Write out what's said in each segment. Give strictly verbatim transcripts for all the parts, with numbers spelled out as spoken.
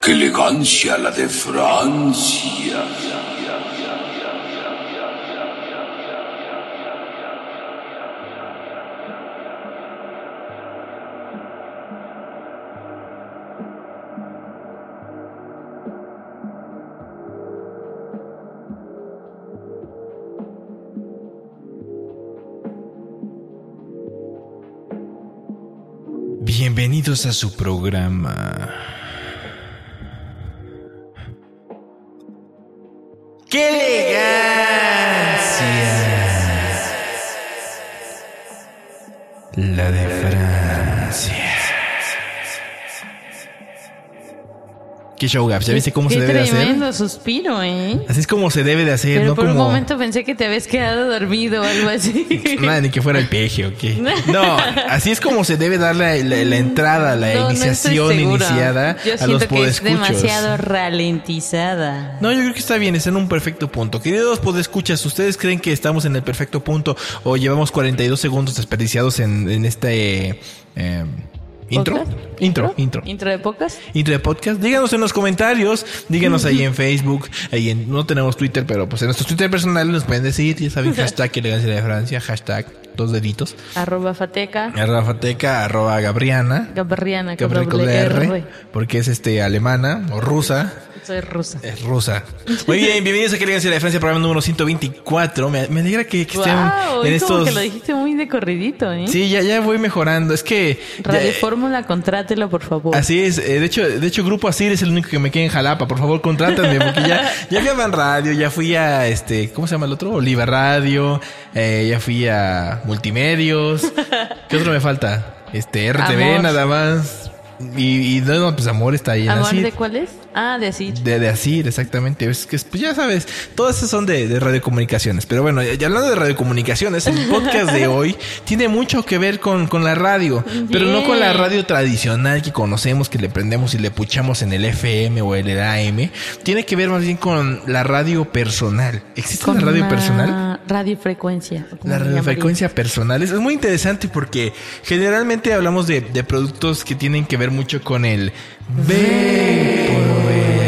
¡Qué elegancia la de Francia! Bienvenidos a su programa. ¡Qué elegancia! La de Francia. ¿Qué show, Gaps? ¿Ya viste cómo Qué se debe de hacer? Tremendo suspiro, ¿eh? Así es como se debe de hacer, Pero ¿no? por como... un momento pensé que te habías quedado dormido o algo así. Nada, ni que fuera el peje o qué. No, así es como se debe dar la, la, la entrada, la No, iniciación no estoy segura. iniciada Yo a los siento que es podescuchos. demasiado ralentizada. No, yo creo que está bien, está en un perfecto punto. Queridos podescuchas, ¿ustedes creen que estamos en el perfecto punto o llevamos cuarenta y dos segundos desperdiciados en, en este... Eh, ¿Intro? ¿Podcast? Intro, intro. ¿Intro de podcast? Intro de podcast. Díganos en los comentarios, díganos ahí en Facebook, ahí en, no tenemos Twitter, pero pues en nuestros Twitter personales nos pueden decir, ya saben, hashtag elegancia de Francia, hashtag dos deditos, Arroba Fateca. arroba Fateca, arroba Gabriana, Gabriana, con Gabriel con doble R, R. porque es este alemana o rusa. Soy rusa. Es rusa. Muy bien, bienvenidos a Que Elegancia de Francia, programa número ciento veinticuatro. Me, me alegra que, que estén Wow, en es como estos... que lo dijiste muy de corridito, ¿eh? Sí, ya, ya voy mejorando. Es que... Radio ya- Fórmula, contrátelo, por favor. Así es, eh, de hecho, de hecho Grupo Asir es el único que me queda en Jalapa, por favor contrátenme, porque ya, ya fui a Van Radio, ya fui a este, ¿cómo se llama el otro? Oliva Radio, eh, ya fui a Multimedios, ¿qué otro me falta? Este, R T V Amor. nada más, y, y no, pues Amor está ahí en ¿Amor Asir. de cuál es? Ah, de Asir. De, de Asir, exactamente. Es que, pues ya sabes, todas esas son de, de radiocomunicaciones. Pero bueno, ya hablando de radiocomunicaciones, el podcast de hoy tiene mucho que ver con, con la radio. Pero no con la radio tradicional que conocemos, que le prendemos y le puchamos en el F M o en el A M. Tiene que ver más bien con la radio personal. ¿Existe Con la radio una personal? radiofrecuencia. ¿o cómo La le radiofrecuencia personal es, es muy interesante porque generalmente hablamos de, de productos que tienen que ver mucho con el vaporwave.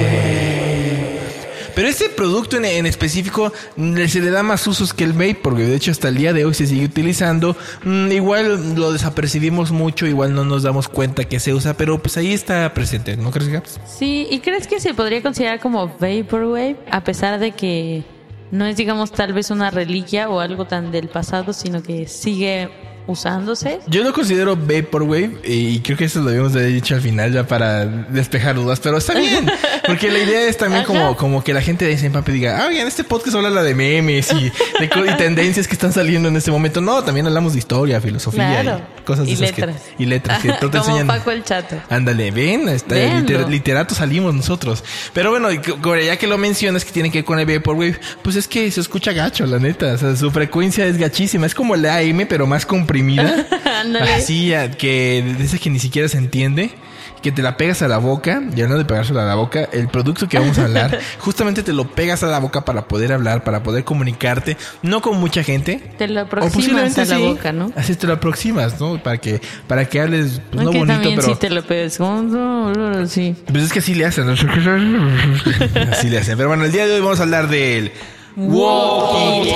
Pero este producto en, en específico mm, se le da más usos que el vaporwave. De hecho, hasta el día de hoy se sigue utilizando. Mm, igual lo desapercibimos mucho, igual no nos damos cuenta que se usa, pero pues ahí está presente, ¿no crees, Gaps? Sí, ¿y crees que se podría considerar como Vaporwave a pesar de que no es, digamos, tal vez una reliquia o algo tan del pasado, sino que sigue usándose? Yo lo considero Vaporwave y creo que eso lo habíamos dicho al final ya para despejar dudas, pero está bien, porque la idea es también como, como que la gente de Papi diga, ah, oigan, este podcast habla de memes y, de, co- y tendencias que están saliendo en este momento. No, también hablamos de historia, filosofía Claro. y cosas de Y esas que- letras. y letras que te Como enseñan. Paco el Chato. Ándale, ven, está Véanlo. liter- literatos salimos nosotros. Pero bueno, y co- co- ya que lo mencionas que tiene que ver con el Vaporwave, pues es que se escucha gacho, la neta. O sea, su frecuencia es gachísima. Es como la A M, pero más comprimida. Ándale. Así, a- que de esa que ni siquiera se entiende. Que te la pegas a la boca. Y hablando de pegársela a la boca, el producto que vamos a hablar, justamente te lo pegas a la boca para poder hablar, para poder comunicarte. No con mucha gente. Te lo O aproximas posiblemente a la sí. boca, ¿no? Así te lo aproximas, ¿no? Para que, para que hables, pues, no Aunque bonito, también pero... si te lo pegas. como- Sí. Pues es que así le hacen. Así le hacen. Pero bueno, el día de hoy vamos a hablar del Walkie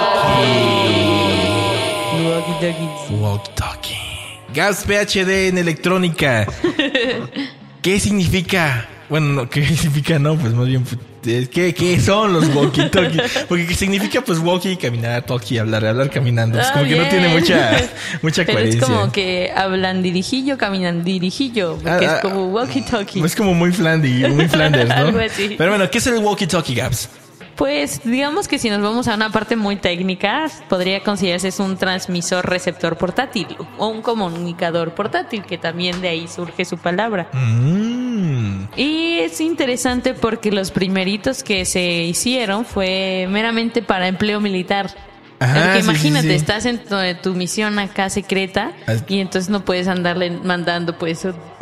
Talkie. Walkie Talkie. Gas P H D en electrónica. ¿Qué significa? Bueno, no, ¿qué significa? No, pues más bien, pues, ¿qué, qué son los walkie talkie? Porque ¿qué significa? Pues walkie, caminar, talkie, hablar, hablar caminando. Pues Ah, como que no bien. tiene mucha, mucha Pero coherencia. es como que hablan dirijillo, caminan dirijillo. Porque Ah, es como walkie-talkie. Es como muy Flandy, muy Flanders, ¿no? Algo así. Pero bueno, ¿qué es el walkie talkie, Gaps? Pues digamos que si nos vamos a una parte muy técnica, podría considerarse es un transmisor receptor portátil o un comunicador portátil, que también de ahí surge su palabra. Mm. Y es interesante porque los primeritos que se hicieron fue meramente para empleo militar. Ajá, Porque sí, imagínate, sí, sí. estás en tu, tu misión acá secreta As- y entonces no puedes andarle mandando pues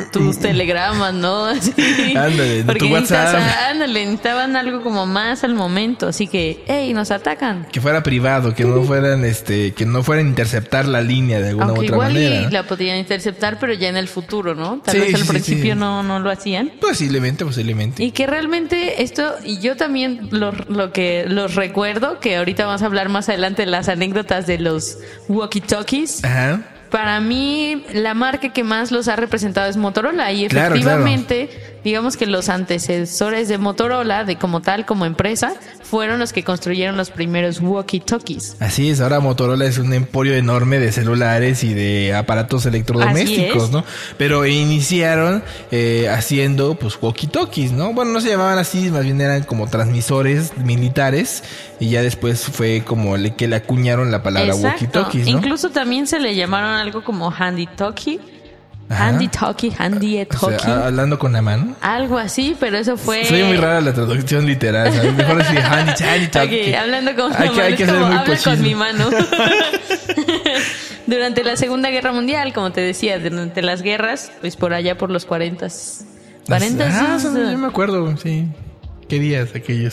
tus telegramas, ¿no? Así. Ándale, Porque tu WhatsApp. necesitas- ándale, necesitaban algo como más al momento, así que, hey, nos atacan. Que fuera privado, que no fueran, este, que no fueran a interceptar la línea de alguna Aunque u otra igual manera. y ¿no? la podían interceptar, pero ya en el futuro, ¿no? Tal Sí, vez al sí, sí, principio sí. no, no lo hacían. Posiblemente, posiblemente. Y que realmente esto, y yo también lo, lo que los recuerdo, que ahorita vamos a hablar más adelante de las anécdotas de los walkie-talkies. Ajá. Para mí, la marca que más los ha representado es Motorola. Y Claro, efectivamente, digamos que los antecesores de Motorola, de como tal, como empresa, fueron los que construyeron los primeros walkie-talkies. Así es, ahora Motorola es un emporio enorme de celulares y de aparatos electrodomésticos, es. ¿no? Pero iniciaron eh, haciendo, pues, walkie-talkies, ¿no? Bueno, no se llamaban así, más bien eran como transmisores militares y ya después fue como le, que le acuñaron la palabra Exacto. walkie-talkies, ¿no? Incluso también se le llamaron algo como handy-talkie. Ajá. Handy-talkie, handy-talkie. O sea, hablando con la mano. Algo así, pero eso fue... Soy muy rara la traducción literal, ¿sabes? Mejor decir handy, handy talkie. Ok, hablando con Hay que- hay que es ser como muy habla con pochismo. mi mano. Durante la Segunda Guerra Mundial, como te decía, durante las guerras, pues por allá por los cuarentas. ¿Cuarentas? Ah, yo me acuerdo, sí. ¿Qué días aquellos?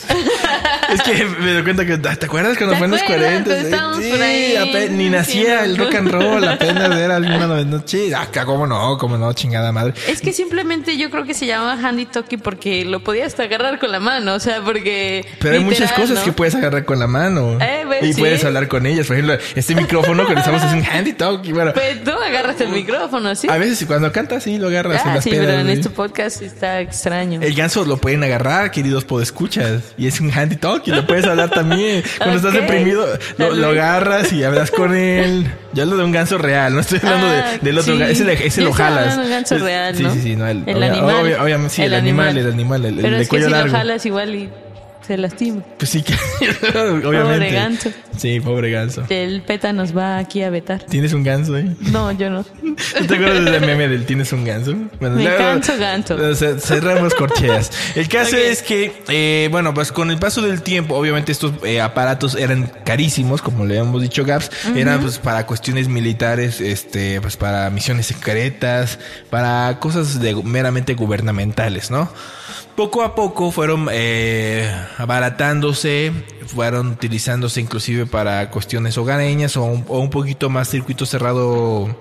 Es que me doy cuenta que... ¿Te acuerdas cuando ¿Te fue en los acuerdas? cuarenta? Estábamos Sí, por ahí, ape- ni sí, nacía no. el rock and roll, apenas era alguna noche. Ah, cómo no, cómo no, chingada madre. Es que simplemente yo creo que se llamaba handy talkie porque lo podías hasta agarrar con la mano, o sea, porque... Pero hay literal, muchas cosas ¿no? que puedes agarrar con la mano. Eh, pues, y sí. puedes hablar con ellas. Por ejemplo, este micrófono que usamos es un handy talk. Y bueno, Pues tú agarras el micrófono, ¿sí? a veces cuando cantas sí lo agarras en Ah, las sí, pedas. pero en güey. este podcast está extraño. El ganso lo pueden agarrar, queridos podescuchas. Y es un handy talk y lo puedes hablar también. Cuando estás Ok. deprimido, lo, lo agarras y hablas con él. Yo hablo de un ganso real, no estoy hablando Ah, de, del otro sí. ganso. Ese, le- ese Yo lo estaba jalas. hablando de un ganso Es- real, sí, ¿no? sí, sí, no, el, El obvia- animal. obvia- obviamente, sí, el, El animal, animal. el animal, el, el Pero de es que cuello si largo. lo jalas igual y se lastima. Pues sí, que, obviamente. ganso. Sí, pobre ganso. El PETA nos va aquí a vetar. ¿Tienes un ganso, eh? No, yo no. ¿No te acuerdas del meme del tienes un ganso? Bueno, Me luego- canso ganso. o sea, cerramos corcheas. El caso Ok. es que, eh, bueno, pues con el paso del tiempo, obviamente estos eh, aparatos eran carísimos, como le habíamos dicho, Gaps. Eran pues para cuestiones militares, este, pues para misiones secretas, para cosas de, meramente gubernamentales, ¿no? Poco a poco fueron eh, abaratándose, fueron utilizándose inclusive para cuestiones hogareñas o un, o un poquito más circuito cerrado,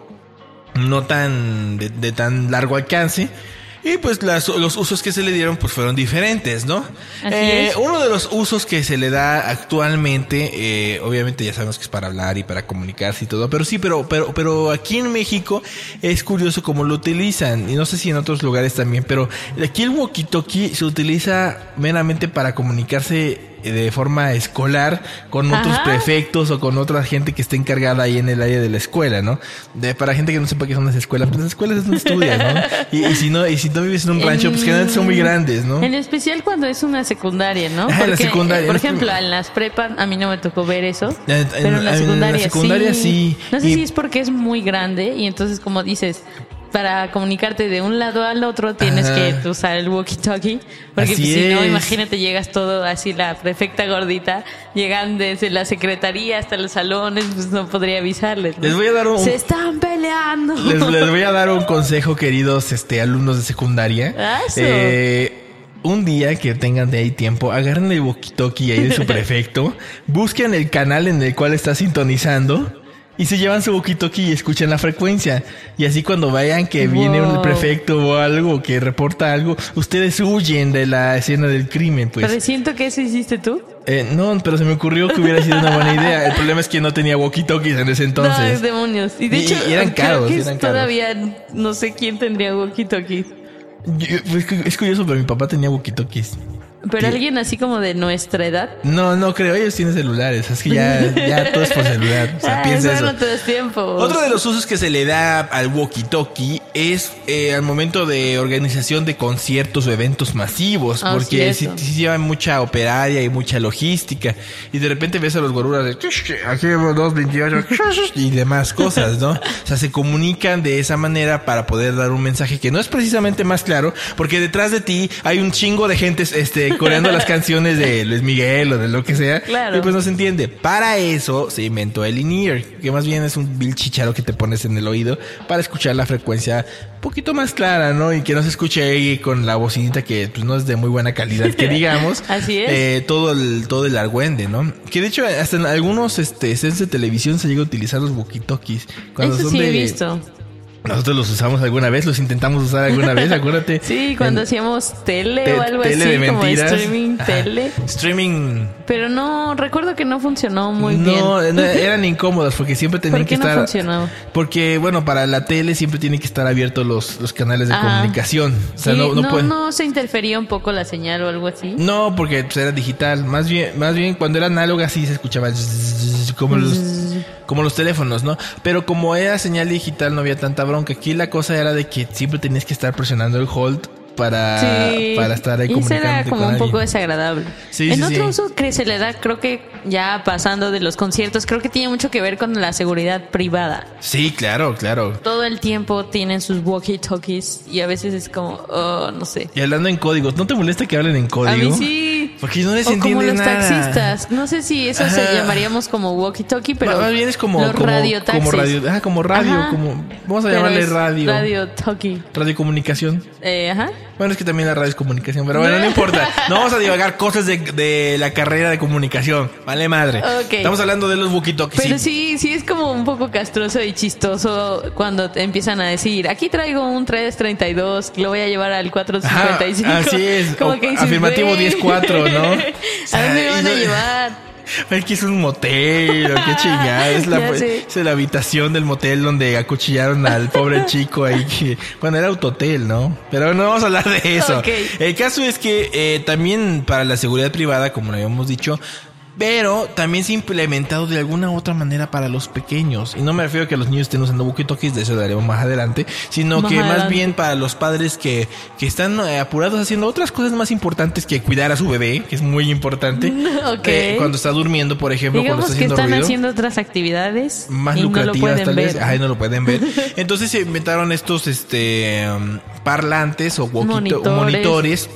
no tan de, de tan largo alcance. Y pues las, los usos que se le dieron pues fueron diferentes, ¿no? Así Eh, es. uno de los usos que se le da actualmente, eh, obviamente ya sabemos que es para hablar y para comunicarse y todo, pero sí, pero, pero, pero aquí en México es curioso cómo lo utilizan, y no sé si en otros lugares también, pero aquí el walkie-talkie se utiliza meramente para comunicarse de forma escolar con otros Ajá. prefectos o con otra gente que esté encargada ahí en el área de la escuela, ¿no? De, para gente que no sepa qué son las escuelas, pues las escuelas es donde estudias, ¿no? Y, y si no, y si no vives en un rancho, pues generalmente son muy grandes, ¿no? En especial cuando es una secundaria, ¿no? Ah, en la secundaria. Por ejemplo, en las prepas, a mí no me tocó ver eso. En- en- pero en la en la secundaria, secundaria sí. No sé Y- si es porque es muy grande y entonces, como dices, para comunicarte de un lado al otro tienes Ajá. que usar el walkie-talkie. Porque Así pues, si no, es. imagínate, llegas todo así, la prefecta gordita, llegan desde la secretaría hasta los salones, pues no podría avisarles, ¿no? Les voy a dar un- ¡Se están peleando! Les, les voy a dar un consejo, queridos este, alumnos de secundaria. Ah, eso. Eh, un día que tengan de ahí tiempo, agarren el walkie-talkie ahí de su prefecto, busquen el canal en el cual está sintonizando y se llevan su walkie-talkie y escuchan la frecuencia. Y así cuando vayan que viene un Wow. prefecto o algo que reporta algo, ustedes huyen de la escena del crimen, pues. Pero siento que eso hiciste tú. Eh, no, pero se me ocurrió que hubiera sido una buena idea. El problema es que no tenía walkie-talkies en ese entonces. No, demonios. Y de Y- hecho, y eran creo caros, que eran caros. todavía no sé quién tendría walkie-talkie. Yo- pues, es que- es curioso, pero mi papá tenía walkie-talkies. Pero ¿Qué? alguien así como de nuestra edad. No, no creo, ellos tienen celulares, es que ya, ya todo es por celular, o sea, Ah, piensa eso eso. no te das tiempo. Otro de los usos que se le da al walkie-talkie es eh, al momento de organización de conciertos o eventos masivos, Ah, porque sí, sí, eso. sí llevan mucha operaria y mucha logística, y de repente ves a los guaruras de aquí dos veintiocho y demás cosas, ¿no? O sea, se comunican de esa manera para poder dar un mensaje que no es precisamente más claro, porque detrás de ti hay un chingo de gentes este, coreando las canciones de Luis Miguel o de lo que sea. Claro. Y pues no se entiende. Para eso se inventó el in-ear, que más bien es un vil chicharo que te pones en el oído para escuchar la frecuencia un poquito más clara, ¿no? Y que no se escuche ahí con la bocinita que pues no es de muy buena calidad, que digamos. Así es. Eh, todo el todo el argüende, ¿no? Que de hecho hasta en algunos este sets de televisión se llega a utilizar los walkie-talkies. Cuando Eso son sí de, he visto. Nosotros los usamos alguna vez, los intentamos usar alguna vez, acuérdate. Sí, cuando En- hacíamos tele te- o algo tele así, de como mentiras. streaming, Ajá. tele. Streaming. Pero no, recuerdo que no funcionó muy no, bien. no, eran incómodos porque siempre tenían ¿Por qué que no estar. funcionó? Porque, bueno, para la tele siempre tienen que estar abiertos los, los canales de Ajá. comunicación. O sea, Sí, no, no, no, pueden. no se interfería un poco la señal o algo así. No, porque pues, era digital. Más bien, más bien cuando era análoga sí se escuchaba zzzz, como los, como los teléfonos, ¿no? Pero como era señal digital no había tanta bronca. Aquí la cosa era de que siempre tenías que estar presionando el hold para, Sí, para estar ahí y eso comunicándote era como con un alguien. poco desagradable. Sí, en sí, otro sí. uso que se le da, creo que ya pasando de los conciertos, creo que tiene mucho que ver con la seguridad privada. Sí, claro, claro. Todo el tiempo tienen sus walkie-talkies y a veces es como, oh, no sé. Y hablando en códigos, ¿no te molesta que hablen en código? A mí sí. Porque no les O como entiende los nada. taxistas. No sé si eso Ajá. se llamaríamos como walkie-talkie, pero Más bien es como los como, radiotaxis. como radio, ah, como radio, Ajá. como vamos a Pero llamarle es radio. Radio-talkie. Radiocomunicación. Eh, ajá. Bueno, es que también la radio es comunicación, pero bueno, no importa. No vamos a divagar cosas de, de la carrera de comunicación. Vale madre. Ok. Estamos hablando de los walkie-talkies. Pero sí, sí es como un poco castroso y chistoso cuando te empiezan a decir, aquí traigo un tres treinta y dos, lo voy a llevar al cuatro cincuenta y cinco. Ajá, así es. Como O- que dices, afirmativo "Güey, diez cuatro, ¿no? ¿A dónde me van a Y no- llevar? Es que es un motel, o qué chingada. Es la, Ya sé. es la habitación del motel donde acuchillaron al pobre chico ahí que... Bueno, era autotel, ¿no? Pero no vamos a hablar de eso. Ok. El caso es que eh, también para la seguridad privada, como lo habíamos dicho... Pero también se ha implementado de alguna u otra manera para los pequeños. Y no me refiero a que los niños estén usando walkie-talkies, de eso daremos más adelante. Sino Más que más adelante. bien para los padres que, que están eh, apurados haciendo otras cosas más importantes que cuidar a su bebé, que es muy importante. Ok. Eh, cuando está durmiendo, por ejemplo, Digamos cuando está que haciendo están ruido. haciendo otras actividades Más y no lo lucrativas pueden tal ver. vez. Ay, no lo pueden ver. Entonces se inventaron estos este um, parlantes o walkie Monitores. monitores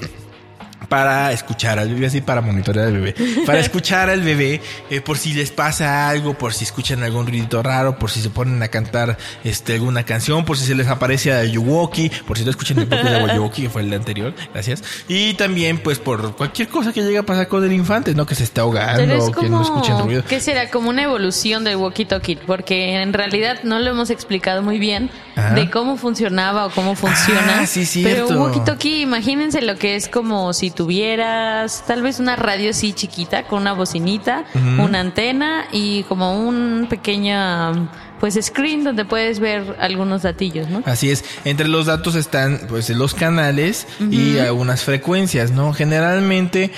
para escuchar al bebé, así para monitorear al bebé, para escuchar al bebé eh, por si les pasa algo, por si escuchan algún ruidito raro, por si se ponen a cantar este alguna canción, por si se les aparece a Yuwoki, por si no escuchan el poco de Yuwoki que fue el anterior, gracias. Y también pues por cualquier cosa que llegue a pasar con el infante, no que se esté ahogando Pero es o que no escuchen como, ruido. ¿qué será? Como una evolución del walkie-talkie, porque en realidad no lo hemos explicado muy bien Ajá. de cómo funcionaba o cómo funciona. Ah, sí, Pero cierto. un walkie-talkie, imagínense lo que es como si tuvieras tal vez una radio así chiquita con una bocinita, Ujú. una antena y como un pequeño pues screen donde puedes ver algunos datillos, ¿no? Así es, entre los datos están pues los canales y algunas frecuencias, ¿no? Generalmente,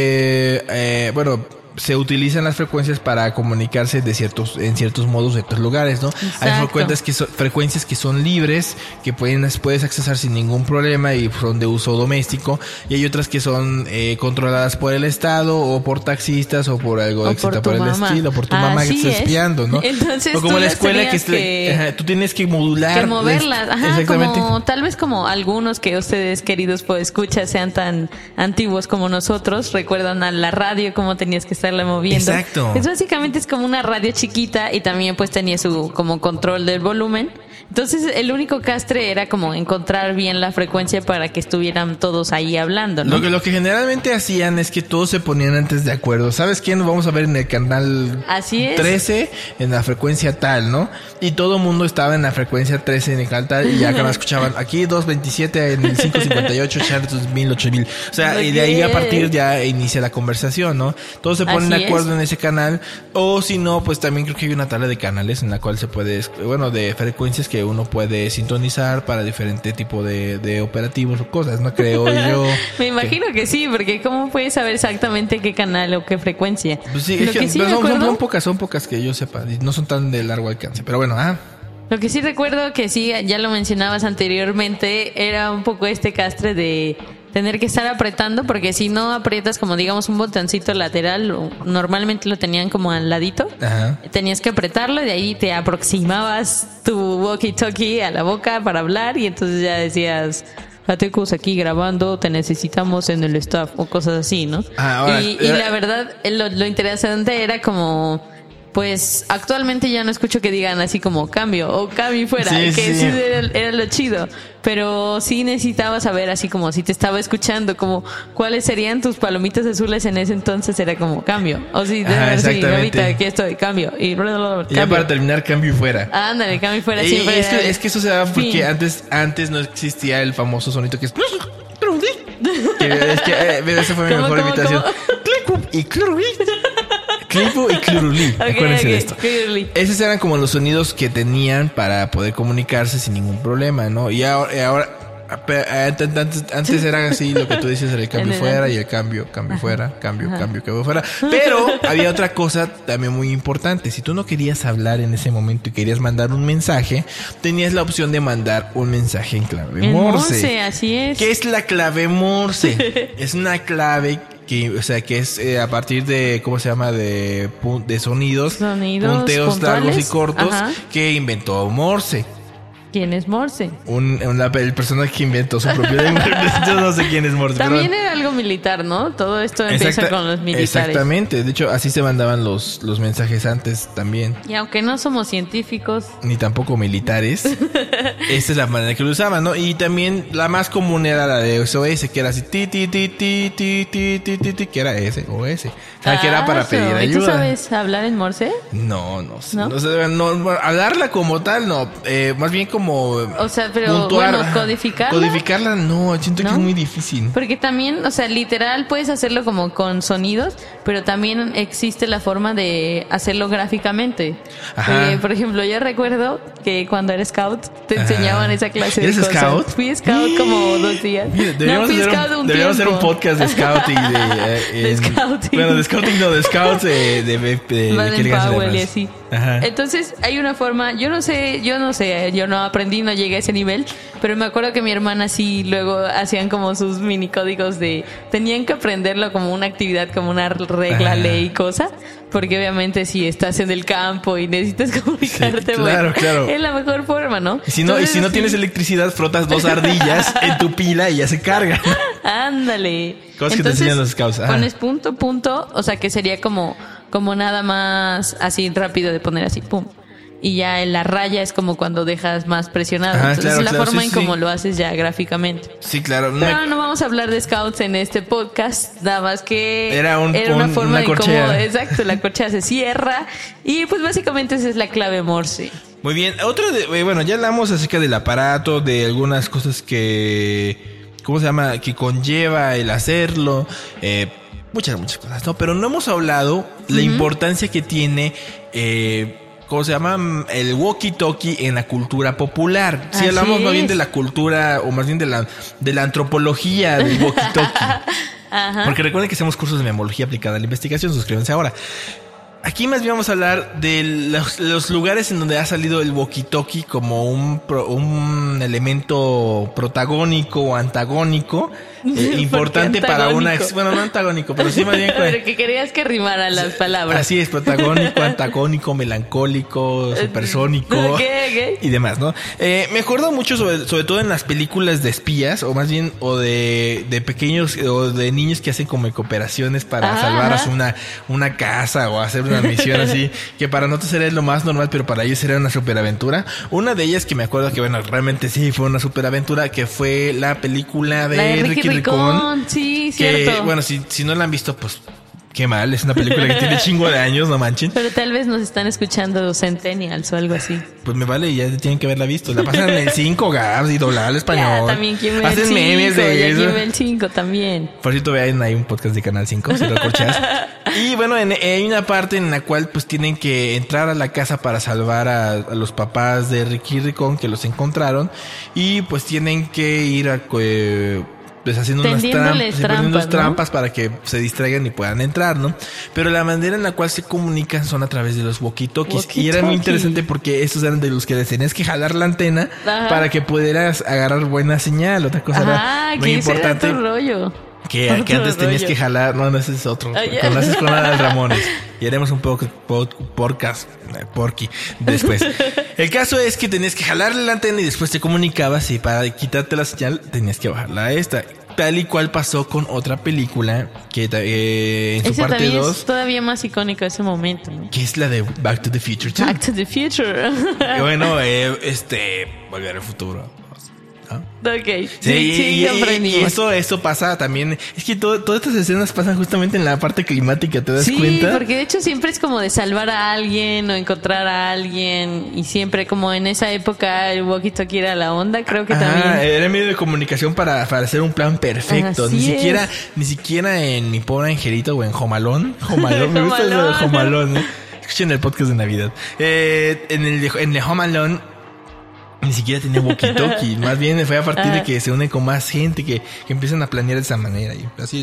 eh, eh, bueno, se utilizan las frecuencias para comunicarse de ciertos, en ciertos modos, ciertos lugares, ¿no? Hay Exacto. frecuencias que son, frecuencias que son libres, que pueden, puedes accesar sin ningún problema y son de uso doméstico, y hay otras que son eh, controladas por el Estado o por taxistas o por algo, O etcétera, por tu por el mamá. estila, por tu mamá que Así está es. espiando, ¿no? Entonces, o como tú la las escuela que, tenías esté- que- ajá, tú tienes que modular Que moverlas, ajá, exactamente. como tal vez como algunos que ustedes queridos pues escuchas sean tan antiguos como nosotros, recuerdan a la radio cómo tenías que estarla moviendo. Exacto. Es básicamente es como una radio chiquita y también pues tenía su como control del volumen. Entonces el único castre era como encontrar bien la frecuencia para que estuvieran todos ahí hablando, ¿no? Lo que, lo que generalmente hacían es que todos se ponían antes de acuerdo. ¿Sabes quién vamos a ver en el canal Así es. trece en la frecuencia tal, ¿no? Y todo el mundo estaba en la frecuencia trece en el canal tal y ya acá escuchaban aquí dos veintisiete en el cinco cincuenta y ocho, Charles mil, ocho mil. O sea, y de ahí a partir ya inicia la conversación, ¿no? Todos se ponen Así de acuerdo es. en ese canal, o si no, pues también creo que hay una tabla de canales en la cual se puede, bueno, de frecuencias que uno puede sintonizar para diferente tipo de, de operativos o cosas, ¿no? Creo yo. Me imagino que sí, porque ¿cómo puedes saber exactamente qué canal o qué frecuencia? Pues sí, Lo es que, que sí pero me son, son- acuerdo- son pocas, son pocas que yo sepa, y no son tan de largo alcance, pero bueno, ah. Lo que sí recuerdo que sí, ya lo mencionabas anteriormente, era un poco este castre de tener que estar apretando, porque si no aprietas como digamos un botoncito lateral, o normalmente lo tenían como al ladito, Ajá. tenías que apretarlo y de ahí te aproximabas tu walkie-talkie a la boca para hablar y entonces ya decías, Jatecus aquí grabando, te necesitamos en el staff o cosas así, ¿no? Ah, ahora, y, y la verdad, lo, lo interesante era como, pues actualmente ya no escucho que digan así como cambio o cambio y fuera, sí, que sí. sí era, era lo chido, pero sí necesitaba saber así como si te estaba escuchando, como cuáles serían tus palomitas azules en ese entonces, era como cambio, o si de Ajá, verdad, sí, exactamente. Gavita, aquí estoy, cambio, y, bla, bla, bla, Y ya cambio. para terminar, cambio y fuera. Ándale, cambio y fuera Y siempre. es, era- que, es que eso se daba porque Fin. antes, antes no existía el famoso sonito que es... Que es que eh, esa fue mi ¿Cómo, mejor cómo, imitación. cómo? Clipu y clurulí. Clipu y clurulí. Ok, Acuérdense ok, de esto. clearly. Esos eran como los sonidos que tenían para poder comunicarse sin ningún problema, ¿no? Y ahora, y ahora ape- antes, antes, antes era así, lo que tú dices era el cambio En el fuera antes. y el cambio, cambio fuera, cambio, cambio, cambio fuera. Pero había otra cosa también muy importante. Si tú no querías hablar en ese momento y querías mandar un mensaje, tenías la opción de mandar un mensaje en clave En Morse. Morse, así es. ¿Qué es la clave Morse? Es una clave que, o sea, que es eh, a partir de, ¿cómo se llama? De, pun- de sonidos, Sonidos punteos puntuales. largos y cortos Ajá. que inventó Morse. ¿Quién es Morse? Un, una- el personaje que inventó su propio lenguaje. Yo no sé quién es Morse. También pero- era algo militar, ¿no? Todo esto empieza Exacta- con los militares. Exactamente. De hecho, así se mandaban los, los mensajes antes también. Y aunque no somos científicos, Ni tampoco militares. Esta es la manera que lo usaban, ¿no? Y también la más común era la de S O S, que era así, ti, ti, ti, ti, ti, ti, ti, ti, ti, que era S O S. O sea, que era para Ah, pedir ¿y ayuda. tú sabes hablar en Morse? No, no sé. ¿No? No, sé, no, no, hablarla como tal, no. Eh, más bien como. O sea, pero, bueno, codificarla. Codificarla, no. Siento ¿No? que es muy difícil. Porque también, o sea, literal puedes hacerlo como con sonidos, pero también existe la forma de hacerlo gráficamente. Ajá. Eh, por ejemplo, yo recuerdo que cuando era scout te Ajá. enseñaban esa clase de ¿Eres cosas. scout? Fui scout como dos días. Mira, No, deberíamos, fui hacer, scout un, un deberíamos hacer tiempo. un podcast de scouting. De, eh, De en- scouting. Bueno, de scouting, no, de scouts de, de, de, de, Baden ¿qué ligas se Powell llaman? y así. Ajá. Entonces hay una forma, yo no sé, yo no sé, yo no aprendí, no llegué a ese nivel, pero me acuerdo que mi hermana sí luego hacían como sus mini códigos de, tenían que aprenderlo como una actividad, como una regla, Ajá. ley, cosa, porque obviamente si estás en el campo y necesitas comunicarte, Sí, claro, bueno, claro. es la mejor forma, ¿no? Y si no, y Entonces, si no sí. tienes electricidad, frotas dos ardillas en tu pila y ya se carga. Ándale. Cosas que te enseñan los scouts, ajá. Pones punto, punto, o sea que sería como, como nada más así rápido de poner así, pum. Y ya en la raya es como cuando dejas más presionado. Ajá, Entonces claro, la claro, forma sí, en sí. cómo lo haces ya gráficamente. Sí, claro. No Pero me- no vamos a hablar de scouts en este podcast, nada más que Era un- una un- forma una de corchea. cómo, exacto, la corchea se cierra y pues básicamente esa es la clave Morse. Muy bien. Otra de, eh, bueno, ya hablamos acerca del aparato, de algunas cosas que, ¿cómo se llama? Que conlleva el hacerlo. Eh, muchas, muchas cosas, ¿no? Pero no hemos hablado la importancia que tiene, eh, ¿cómo se llama? El walkie-talkie en la cultura popular. Si Así hablamos más bien es. de la cultura, o más bien de la, de la antropología del walkie-talkie. Ajá. Porque recuerden que hacemos cursos de memología aplicada a la investigación. Suscríbanse ahora. Aquí más bien vamos a hablar de los, los lugares en donde ha salido el walkie-talkie como un, pro- un elemento protagónico o antagónico eh, ¿Por qué importante para una... antagónico? ex- Bueno, no antagónico, pero sí más bien... Pero que querías que rimaran las palabras. Así es, protagónico, antagónico, melancólico, supersónico Ok, ok. y demás, ¿no? Eh, me acuerdo mucho sobre, sobre todo en las películas de espías, o más bien, o de, de pequeños, o de niños que hacen como cooperaciones para Ajá, salvar ajá. a una, una casa o hacer una misión así, que para nosotros era lo más normal, pero para ellos era una superaventura. Una de ellas que me acuerdo que, bueno, realmente sí fue una superaventura, que fue la película de, La de Ricky, Ricky Ricón. Ricón, sí, Que, cierto. bueno, si, si no la han visto, pues qué mal, es una película que tiene chingo de años, no manchen. Pero tal vez nos están escuchando centennials o algo así. Pues me vale, ya tienen que haberla visto. La pasan en el cinco, Gabs, y doblada al español. Ya, también quien ve el Hacen memes cinco, de ya eso. quien ve el cinco también. Por cierto, vean, hay un podcast de Canal cinco, si lo corcheas. Y bueno, en- hay una parte en la cual pues tienen que entrar a la casa para salvar a, a los papás de Ricky Ricón que los encontraron. Y pues tienen que ir a... eh, pues haciendo unas Tendiéndoles trampas, poniendo trampas, ¿no? trampas para que se distraigan y puedan entrar, ¿no? Pero la manera en la cual se comunican son a través de los walkie-talkies. Y era muy Walkie-talkie. interesante porque estos eran de los que les tenías que jalar la antena Ajá. para que pudieras agarrar buena señal. Otra cosa Ah, era muy que ese era importante. tu rollo. Que, que antes tenías que jalar, no, no, ese es otro. Ah, ya. Conoces con Adal Ramones. Y haremos un poco pod, podcast, eh, porky, después. El caso es que tenías que jalarle la antena y después te comunicabas y para quitarte la señal tenías que bajarla a esta. Tal y cual pasó con otra película que eh, en su Ese parte también dos, es todavía más icónico ese momento, ¿no? que es la de Back to the Future two. Back to the Future. Y bueno, eh, este, Volver al Futuro. ¿No? Ok, sí, Sí, sí, y, y- comprendí. y eso, eso pasa también. Es que todo, todas estas escenas pasan justamente en la parte climática, ¿te das Sí, cuenta? porque de hecho siempre es como de salvar a alguien o encontrar a alguien y siempre como en esa época el walkie-talkie era la onda, creo que Ajá, también. era medio de comunicación para, para hacer un plan perfecto. Así ni siquiera, es. ni siquiera en Mi Pobre Angelito o en Jomalón. Jomalón, me gusta eso de Jomalón. Jomalón, ¿eh? Escuchen el podcast de Navidad. Eh, en el de, en el Jomalón ni siquiera tenía walkie-talkie. Más bien fue a partir de Ajá. que se une con más gente que, que empiezan a planear de esa manera. Y así,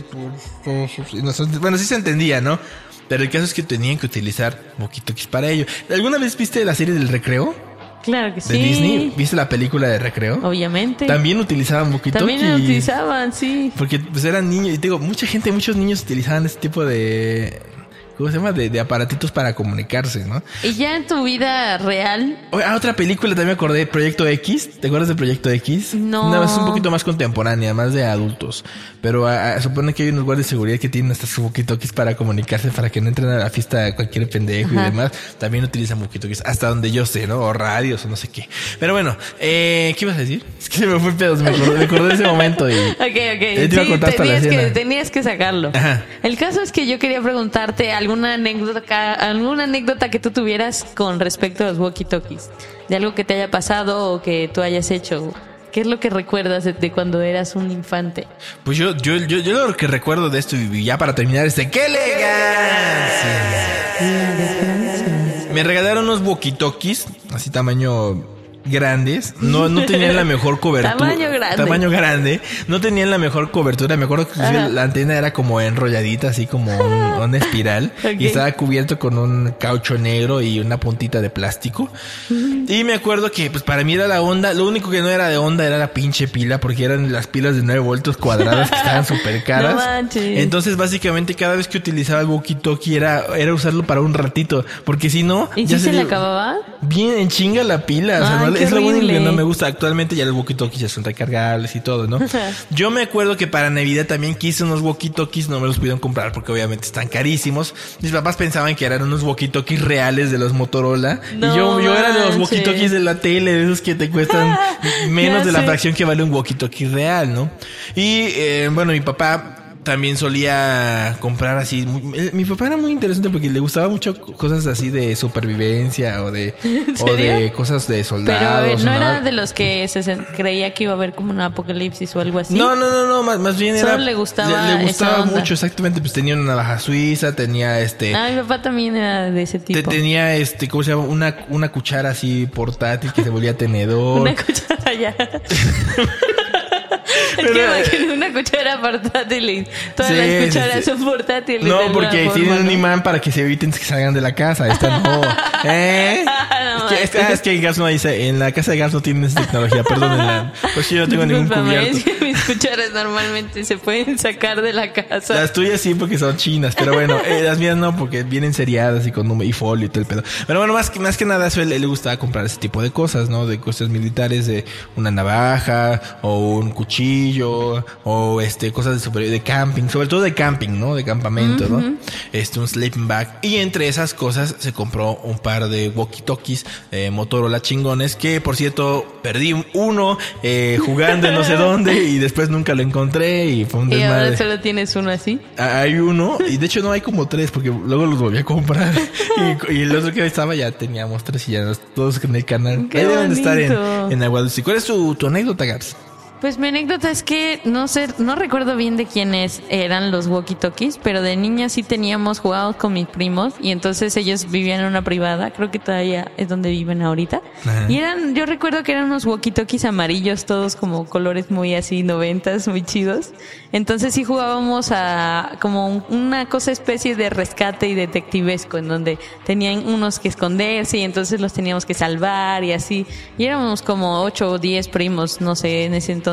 y nosotros- bueno, sí se entendía, ¿no? Pero el caso es que tenían que utilizar walkie-talkies para ello. ¿Alguna vez viste la serie del Recreo Claro que de sí. Disney? ¿Viste la película de Recreo? Obviamente. También utilizaban walkie-talkie. También lo utilizaban, sí. Porque pues eran niños. Y te digo, mucha gente, muchos niños utilizaban ese tipo de... ¿Cómo se llama? De, de aparatitos para comunicarse, ¿no? Y ya en tu vida real, Oye, ah, otra película también me acordé, Proyecto X. ¿Te acuerdas de Proyecto X? No. es un poquito más contemporánea, más de adultos. Pero ah, supone que hay unos guardias de seguridad que tienen hasta sus walkie-talkies para comunicarse, para que no entren a la fiesta de cualquier pendejo Ajá. y demás. También utilizan walkie-talkies, hasta donde yo sé, ¿no? O radios o no sé qué. Pero bueno, eh, ¿qué ibas a decir? Es que se me fue el pedo, me acordé, me acordé de ese momento y... ok, ok. te iba a Sí, contar hasta la tenías, que, escena. tenías que sacarlo. Ajá. El caso es que yo quería preguntarte alguna anécdota, alguna anécdota que tú tuvieras con respecto a los walkie-talkies. De algo que te haya pasado o que tú hayas hecho. ¿Qué es lo que recuerdas de, de cuando eras un infante? Pues yo, yo, yo, yo lo que recuerdo de esto, y ya para terminar, es de ¡qué elegancia! Me regalaron unos walkie-talkies, así tamaño grandes. No, no tenían la mejor cobertura. Tamaño grande. Tamaño grande. No tenían la mejor cobertura. Me acuerdo que Ajá. la antena era como enrolladita, así como un- una espiral. Ok. Y estaba cubierto con un caucho negro y una puntita de plástico. Y me acuerdo que pues para mí era la onda. Lo único que no era de onda era la pinche pila, porque eran las pilas de nueve voltios cuadradas que estaban súper caras. No manches. Entonces básicamente cada vez que utilizaba el walkie-talkie era, era usarlo para un ratito. Porque si no... ¿Y ya si se le dio- acababa? Bien en chinga la pila. O sea, Ay, no- qué es lo único que horrible. no me gusta. Actualmente ya los walkie-talkies ya son recargables y todo, ¿no? Yo me acuerdo que para Navidad también quise unos walkie-talkies, no me los pudieron comprar porque obviamente están carísimos. Mis papás pensaban que eran unos walkie-talkies reales de los Motorola. No y yo, yo era de los manches. walkie-talkies de la tele, de esos que te cuestan menos Ya de la sé. fracción que vale un walkie-talkie real, ¿no? Y eh, bueno, mi papá también solía comprar así. muy- eh, mi papá era muy interesante porque le gustaba mucho cosas así de supervivencia o de, o de serio? cosas de Pero soldados. eh, no era de los que se se creía que iba a haber como un apocalipsis o algo así. No, no, no, no, más, más bien Solo era. le gustaba Le, le gustaba esa onda. mucho, exactamente. Pues tenía una navaja suiza, tenía este. Ah, mi papá también era de ese te- tipo. tenía este, ¿cómo se llama? Una, una cuchara así portátil que se volvía tenedor. Una cuchara ya. Es Pero, que eh, imagino una cuchara portátil y todas Sí, las sí, cucharas sí. son portátiles. de No, alguna porque forma, tienen un ¿no? imán para que se eviten que salgan de la casa. Esta no. ¿Eh? No, es, que, es, que, es que en Gas no dice, en la casa de Gas no tienen esa tecnología, perdónenla. Pues yo no tengo ningún Discúlpame, cubierto. es que mis cucharas normalmente se pueden sacar de la casa. Las tuyas sí porque son chinas, pero bueno, eh, las mías no porque vienen seriadas y con número y folio y todo el pedo. Pero bueno, más que, más que nada eso, él, él le gustaba comprar ese tipo de cosas, ¿no? De cosas militares, de una navaja o un cuchillo o este cosas de super, de camping, sobre todo de camping, ¿no? De campamento, ¿no? Este un sleeping bag y entre esas cosas se compró un par de walkie-talkies eh, Motorola chingones que por cierto perdí uno eh, jugando en no sé dónde y después nunca lo encontré y fue un Y ahora desmadre. solo tienes uno así. Hay uno, y de hecho no hay como tres, porque luego los volví a comprar. Y, y el otro que estaba ya teníamos tres y ya los- todos en el canal. Qué Ahí deben de estar bonito. en, en Agua Dulce. ¿Cuál es tu, tu anécdota, Gaps? Pues mi anécdota es que no sé, no recuerdo bien de quiénes eran los walkie-talkies, pero de niña sí teníamos jugados con mis primos y entonces ellos vivían en una privada, creo que todavía es donde viven ahorita. Ajá. Y eran, yo recuerdo que eran unos walkie-talkies amarillos, todos como colores muy así noventas, muy chidos. Entonces sí jugábamos a como un- una cosa especie de rescate y detectivesco, en donde tenían unos que esconderse y entonces los teníamos que salvar y así. Y éramos como ocho o diez primos, no sé, en ese entonces.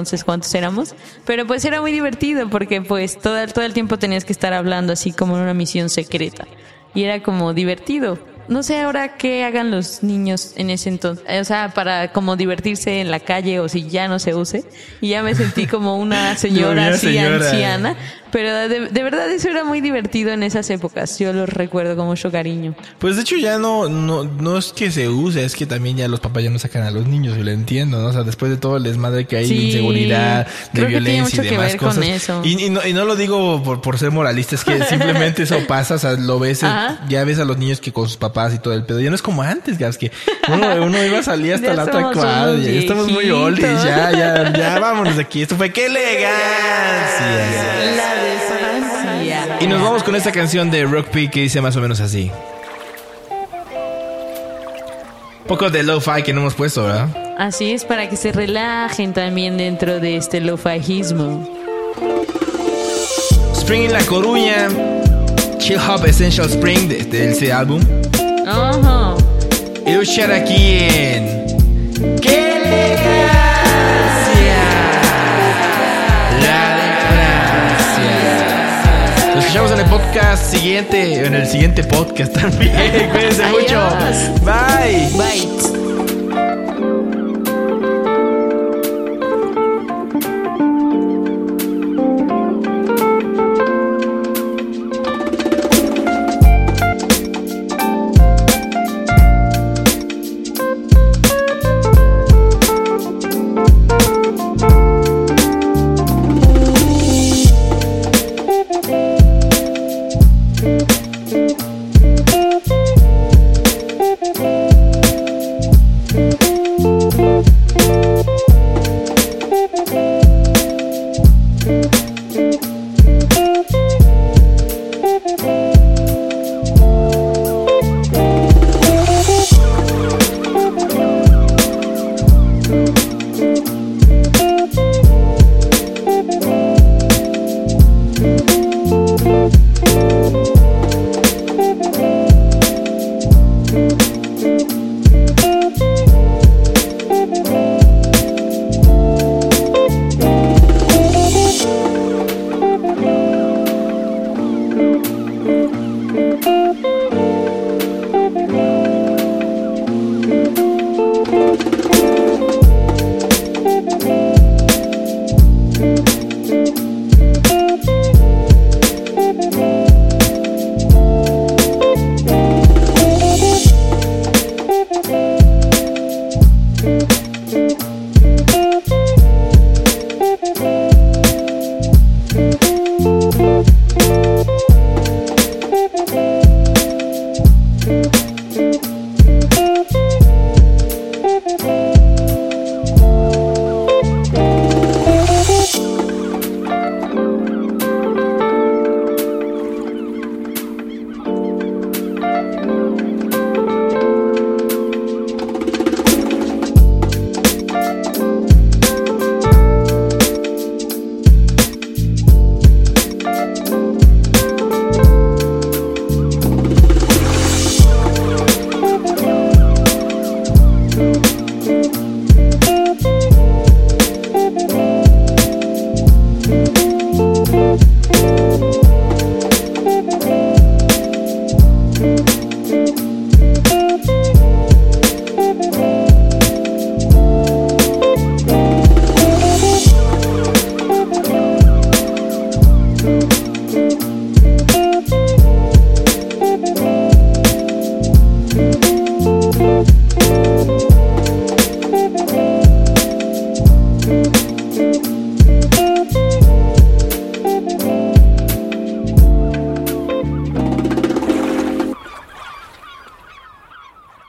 entonces cuántos éramos, pero pues era muy divertido porque pues todo, todo el tiempo tenías que estar hablando así como en una misión secreta y era como divertido. No sé ahora qué hagan los niños en ese entonces, o sea, para como divertirse en la calle o si ya no se use. Y ya me sentí como una señora así señora. anciana. Pero de, de verdad eso era muy divertido en esas épocas. Yo lo recuerdo con mucho cariño. Pues de hecho ya no, no, no es que se use, es que también ya los papás ya no sacan a los niños, yo lo entiendo, ¿no? O sea, después de todo el desmadre que hay sí, de inseguridad, de violencia y demás cosas. Con eso. Y, y, no, y no lo digo por, por ser moralista, es que simplemente eso pasa, o sea, lo ves, Ajá. ya ves a los niños que con sus papás y todo el pedo. Ya no es como antes, Gas, que uno, uno iba a salir hasta la otra cuadra. Ya estamos muy oldies, ya, ya, ya, vámonos de aquí. Esto fue ¡qué elegancia! La de Francia. Y nos vamos con esta canción de Rock P que dice más o menos así. Un poco de lo-fi que no hemos puesto, ¿verdad? Así es, para que se relajen también dentro de este lo-fiismo. Spring en La Coruña, Chill Hop Essential Spring de, de ese álbum. Ajá. Y luchar aquí en ¡qué elegancia! La de Francia. Nos escuchamos en el podcast siguiente, en el siguiente podcast también. Cuídense Adiós. mucho. Bye. Bye.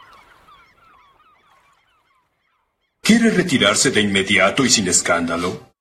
¿Quiere retirarse de inmediato y sin escándalo?